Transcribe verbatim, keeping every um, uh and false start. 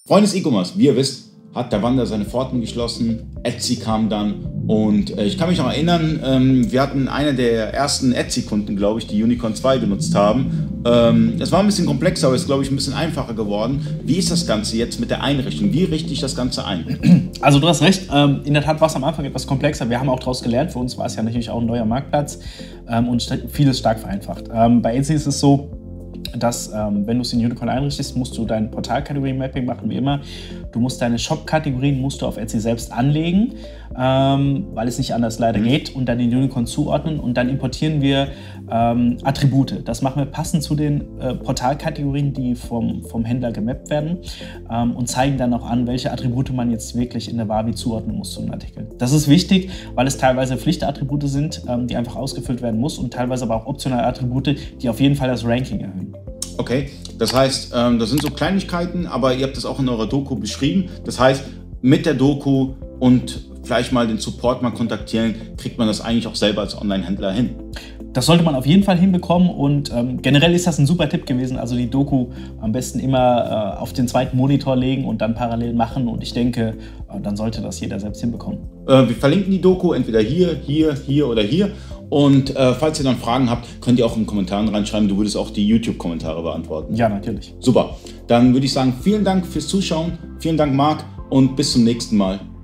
Freunde des E-Commerce, wie ihr wisst, hat der Wander seine Pforten geschlossen, Etsy kam dann und äh, ich kann mich noch erinnern, ähm, wir hatten eine der ersten Etsy-Kunden, glaube ich, die Unicorn zwei genutzt haben. Ähm, es war ein bisschen komplexer, aber es ist, glaube ich, ein bisschen einfacher geworden. Wie ist das Ganze jetzt mit der Einrichtung? Wie richte ich das Ganze ein? Also du hast recht, ähm, in der Tat war es am Anfang etwas komplexer. Wir haben auch daraus gelernt, für uns war es ja natürlich auch ein neuer Marktplatz ähm, und vieles stark vereinfacht. Ähm, bei Etsy ist es so, dass, ähm, wenn du es in Unicorn einrichtest, musst du dein Portalkategorien-Mapping machen, wie immer. Du musst deine Shop-Kategorien musst du auf Etsy selbst anlegen, ähm, weil es nicht anders leider mhm. geht, und dann in Unicorn zuordnen, und dann importieren wir ähm, Attribute. Das machen wir passend zu den äh, Portalkategorien, die vom, vom Händler gemappt werden, ähm, und zeigen dann auch an, welche Attribute man jetzt wirklich in der Wavi zuordnen muss zu einem Artikel. Das ist wichtig, weil es teilweise Pflichtattribute sind, ähm, die einfach ausgefüllt werden muss, und teilweise aber auch optionale Attribute, die auf jeden Fall das Ranking erhöhen. Okay, das heißt, ähm, das sind so Kleinigkeiten, aber ihr habt das auch in eurer Doku beschrieben. Das heißt, mit der Doku und vielleicht mal den Support mal kontaktieren, kriegt man das eigentlich auch selber als Online-Händler hin. Das sollte man auf jeden Fall hinbekommen, und ähm, generell ist das ein super Tipp gewesen. Also die Doku am besten immer äh, auf den zweiten Monitor legen und dann parallel machen, und ich denke, äh, dann sollte das jeder selbst hinbekommen. Äh, wir verlinken die Doku entweder hier, hier, hier oder hier. Und äh, falls ihr dann Fragen habt, könnt ihr auch in den Kommentaren reinschreiben. Du würdest auch die YouTube-Kommentare beantworten. Ja, natürlich. Super. Dann würde ich sagen, vielen Dank fürs Zuschauen. Vielen Dank, Marc, und bis zum nächsten Mal.